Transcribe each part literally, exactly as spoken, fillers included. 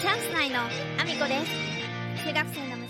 チャンス内のアミコです。中学生の息子がいます。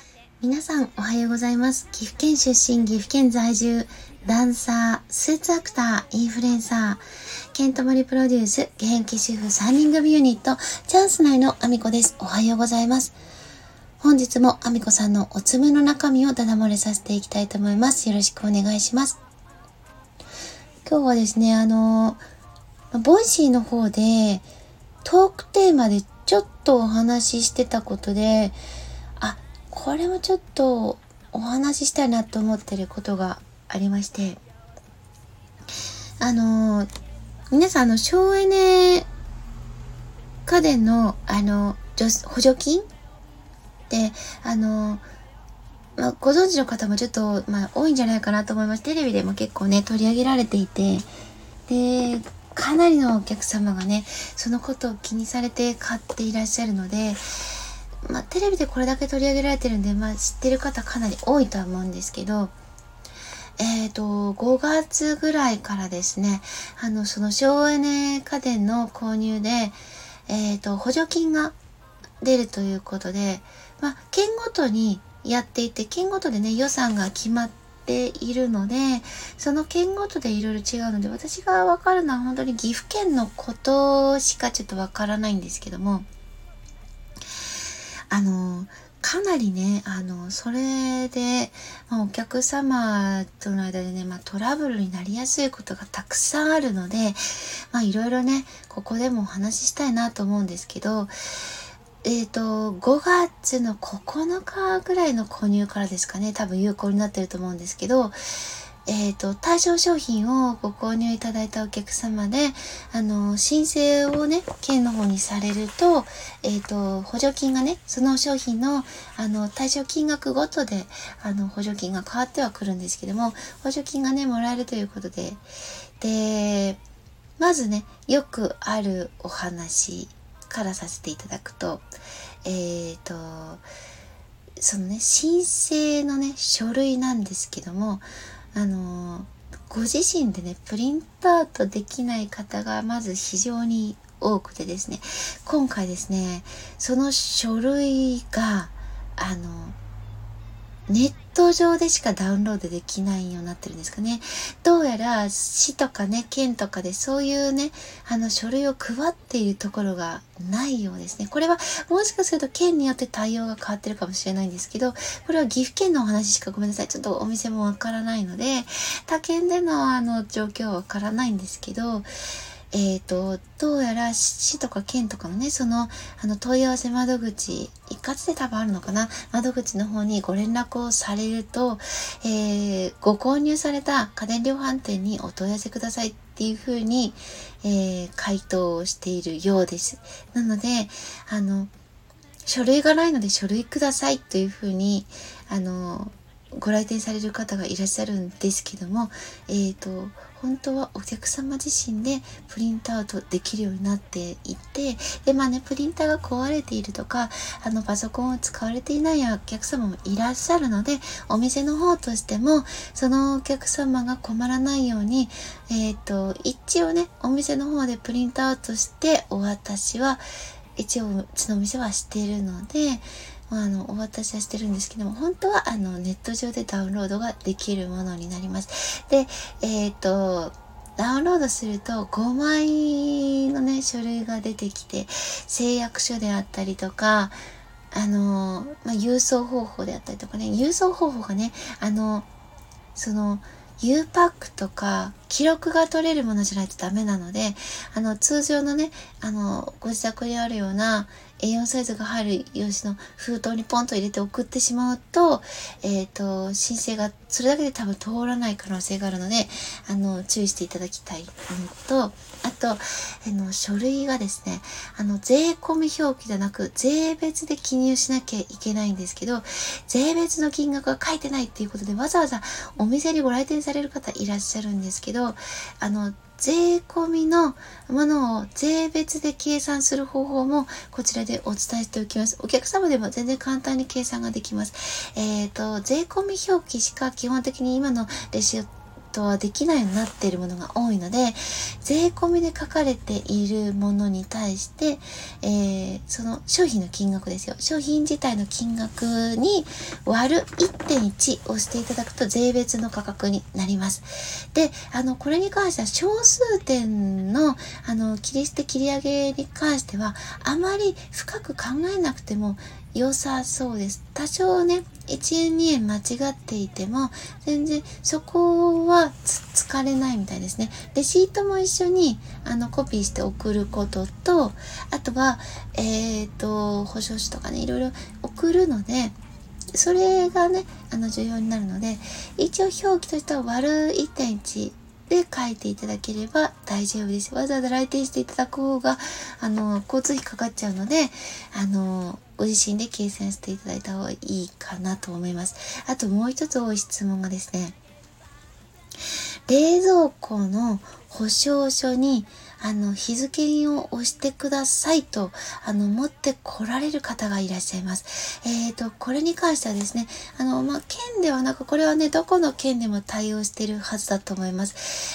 皆さんおはようございます。岐阜県出身、岐阜県在住、ダンサー、スーツアクター、インフルエンサー、ケントモリプロデュース、現役主婦さんにん組ユニット、チャンス内のアミコです。おはようございます。本日もアミコさんのおつむの中身をダダ漏れさせていきたいと思います。よろしくお願いします。今日はですね、あの、ボイシーの方で、トークテーマでちょっとお話ししてたことで、あ、これもちょっとお話ししたいなと思ってることがありまして、あの皆さんあの省エネ家電のあの補助金であの、まあ、ご存知の方もちょっと、まあ、多いんじゃないかなと思います。テレビでも結構ね取り上げられていて、でかなりのお客様がねそのことを気にされて買っていらっしゃるので、まあ、テレビでこれだけ取り上げられてるんで、まあ、知ってる方かなり多いとは思うんですけど、えーと、ごがつぐらいからですね、あの、その省エネ家電の購入で、えーと、補助金が出るということで、まあ、県ごとにやっていて、県ごとでね、予算が決まっているので、その県ごとでいろいろ違うので、私がわかるのは本当に岐阜県のことしかちょっとわからないんですけども、あの、かなりね、あの、それで、まあ、お客様との間でね、まあ、トラブルになりやすいことがたくさんあるので、まあ、いろいろね、ここでもお話ししたいなと思うんですけど、えっと、ごがつのここのかぐらいの購入からですかね、多分有効になってると思うんですけど、えっと、対象商品をご購入いただいたお客様で、あの、申請をね、県の方にされると、えっと、補助金がね、その商品の、あの、対象金額ごとで、あの、補助金が変わってはくるんですけども、補助金がね、もらえるということで、で、まずね、よくあるお話からさせていただくと、えっと、そのね、申請のね、書類なんですけども、あのご自身でねプリントアウトできない方がまず非常に多くてですね、今回ですねその書類があのネット上でしかダウンロードできないようになってるんですかね。どうやら市とかね県とかでそういうねあの書類を配っているところがないようですね。これはもしかすると県によって対応が変わってるかもしれないんですけど、これは岐阜県のお話しかごめんなさいちょっとお店もわからないので他県でのあの状況はわからないんですけど、えーと、どうやら市とか県とかのね、その、あの問い合わせ窓口、一括で多分あるのかな、窓口の方にご連絡をされると、えー、ご購入された家電量販店にお問い合わせくださいっていうふうに、えー、回答をしているようです。なので、あの、書類がないので書類くださいというふうに、あの、ご来店される方がいらっしゃるんですけども、えーと、本当はお客様自身でプリントアウトできるようになっていて、で、まあね、プリンターが壊れているとか、あの、パソコンを使われていないお客様もいらっしゃるので、お店の方としても、そのお客様が困らないように、えーと、一応ね、お店の方でプリントアウトしてお渡しは、一応うちのお店はしているので、あのお渡しはしてるんですけども、本当はあのネット上でダウンロードができるものになります。で、えっとダウンロードするとごまいのね書類が出てきて、誓約書であったりとか、あの、まあ、郵送方法であったりとかね、郵送方法がね、あのそのU パックとか記録が取れるものじゃないとダメなので、あの通常のね、あのご自宅にあるような エーよん サイズが入る用紙の封筒にポンと入れて送ってしまうと、えっと申請がそれだけで多分通らない可能性があるので、あの注意していただきたいのと、あとあの書類がですね、あの税込み表記じゃなく税別で記入しなきゃいけないんですけど、税別の金額が書いてないっていうことでわざわざお店にご来店される方いらっしゃるんですけど、あの税込みのものを税別で計算する方法もこちらでお伝えしておきます。お客様でも全然簡単に計算ができます。えっと税込み表記しか基本的に今のレシオトはできないようになっているものが多いので、税込みで書かれているものに対して、えー、その商品の金額ですよ。商品自体の金額に割る いってんいち をしていただくと税別の価格になります。で、あの、これに関しては少数点の、あの、切り捨て切り上げに関しては、あまり深く考えなくても良さそうです。多少ね、いちえんにえん間違っていても、全然そこはつつかれないみたいですね。レシートも一緒にあのコピーして送ることと、あとは、えっと、保証書とかね、いろいろ送るので、それがね、あの重要になるので、一応表記としては割る いってんいち で書いていただければ大丈夫です。わざわざ来店していただく方が、あの、交通費かかっちゃうので、あの、ご自身で計算していただいた方がいいかなと思います。あともう一つ多い質問がですね、冷蔵庫の保証書にあの日付を押してくださいとあの持ってこられる方がいらっしゃいます。えーとこれに関してはですね、あのまあ県ではなく、これはねどこの県でも対応しているはずだと思います。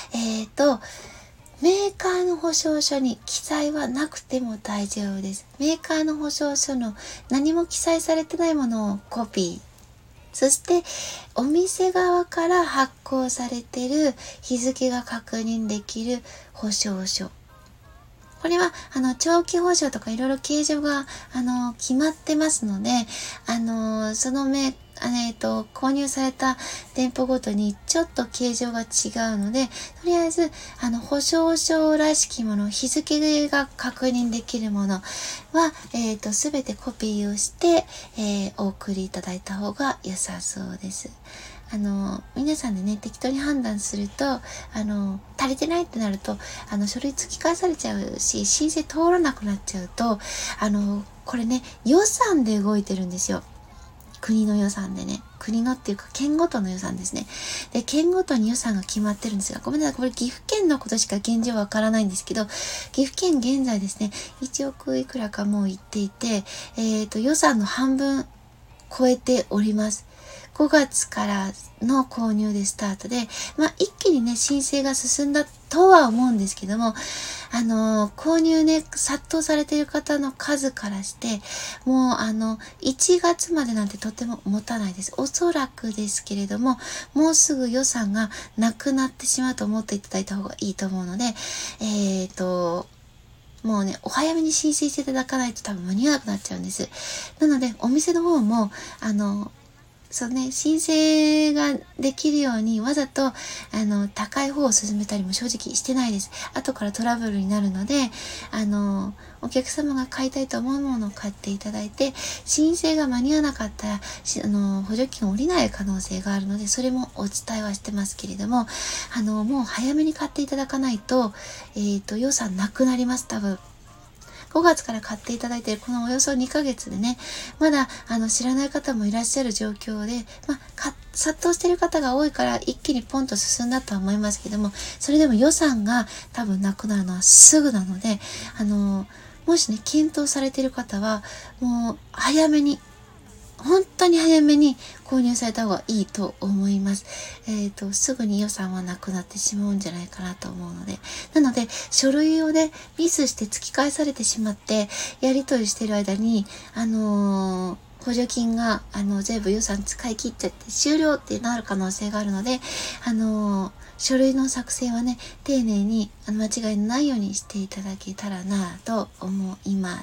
えーとメーカーの保証書に記載はなくても大丈夫です。メーカーの保証書の何も記載されてないものをコピー。そして、お店側から発行されている日付が確認できる保証書。これは、あの、長期保証とかいろいろ形状が、あの、決まってますので、あの、そのメーえっと、購入された店舗ごとにちょっと形状が違うので、とりあえず、あの、保証書らしきもの、日付が確認できるものは、えっと、すべてコピーをして、えー、お送りいただいた方が良さそうです。あの、皆さんでね、適当に判断すると、あの、足りてないってなると、あの、書類突き返されちゃうし、申請通らなくなっちゃうと、あの、これね、予算で動いてるんですよ。国の予算でね。国のっていうか、県ごとの予算ですね。で、県ごとに予算が決まってるんですが、ごめんなさい。これ岐阜県のことしか現状わからないんですけど、岐阜県現在ですね、いちおくいくらかもう言っていて、えっと、予算の半分超えております。ごがつからの購入でスタートで、まあ、一気にね、申請が進んだとは思うんですけども、あの、購入ね、殺到されている方の数からして、もうあの、いちがつまでなんてとても持たないです。おそらくですけれども、もうすぐ予算がなくなってしまうと思っていただいた方がいいと思うので、えっと、もうね、お早めに申請していただかないと多分間に合わなくなっちゃうんです。なので、お店の方も、あの、そうね、申請ができるようにわざとあの高い方を進めたりも正直してないです。後からトラブルになるので、あのお客様が買いたいと思うものを買っていただいて、申請が間に合わなかったらあの補助金が下りない可能性があるので、それもお伝えはしてますけれども、あのもう早めに買っていただかないと、えっと予算なくなります。多分ごがつから買っていただいているこのおよそにかげつでね、まだあの知らない方もいらっしゃる状況で、まあ、殺到している方が多いから一気にポンと進んだとは思いますけども、それでも予算が多分なくなるのはすぐなので、あのもしね、検討されている方は、もう早めに、本当に早めに購入された方がいいと思います。えっと、すぐに予算はなくなってしまうんじゃないかなと思うので。なので、書類をね、ミスして突き返されてしまって、やり取りしてる間に、あのー、補助金が、あの、全部予算使い切っちゃって終了ってなる可能性があるので、あのー、書類の作成はね、丁寧に間違いのないようにしていただけたらなと思います。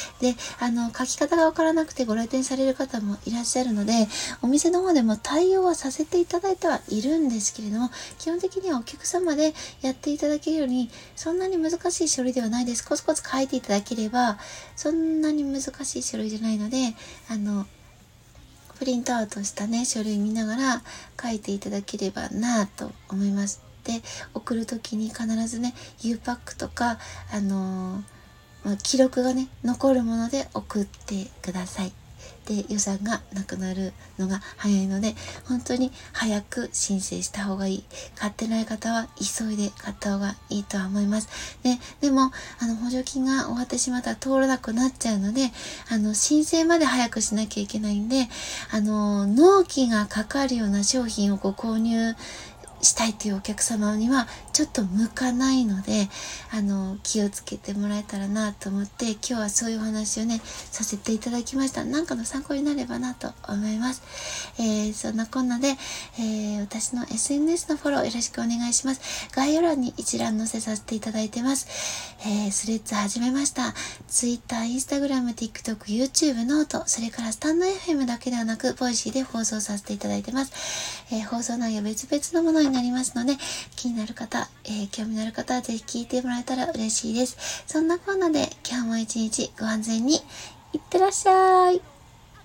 で、あの、書き方がわからなくてご来店される方もいらっしゃるので、お店の方でも対応はさせていただいてはいるんですけれども、基本的にはお客様でやっていただけるように、そんなに難しい書類ではないです。コツコツ書いていただければ、そんなに難しい書類じゃないので、あの、プリントアウトしたね、書類見ながら書いていただければなぁと思います。で、送るときに必ずね、U パックとか、あのーまあ、記録がね、残るもので送ってください。で、予算がなくなるのが早いので、本当に早く申請した方がいい。買ってない方は急いで買った方がいいとは思います。で、でも、あの、補助金が終わってしまったら通らなくなっちゃうので、あの、申請まで早くしなきゃいけないんで、あの、納期がかかるような商品をご購入したいというお客様にはちょっと向かないので、あの気をつけてもらえたらなと思って、今日はそういうお話をねさせていただきました。なんかの参考になればなと思います。えー、そんなこんなで、えー、私の エスエヌエス のフォローよろしくお願いします。概要欄に一覧載せさせていただいてます。えー、スレッズ始めました。Twitter、Instagram、TikTok、YouTube、ノート、それからスタンド エフエム だけではなくボイシーで放送させていただいてます。えー、放送内容別々のものになりますので、気になる方、えー、興味のある方はぜひ聞いてもらえたら嬉しいです。そんなこんなで今日も一日ご安全にいってらっしゃい。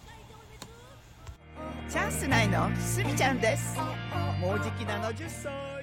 チャンスないのすみちゃんです。もうじきなのじゅっさい。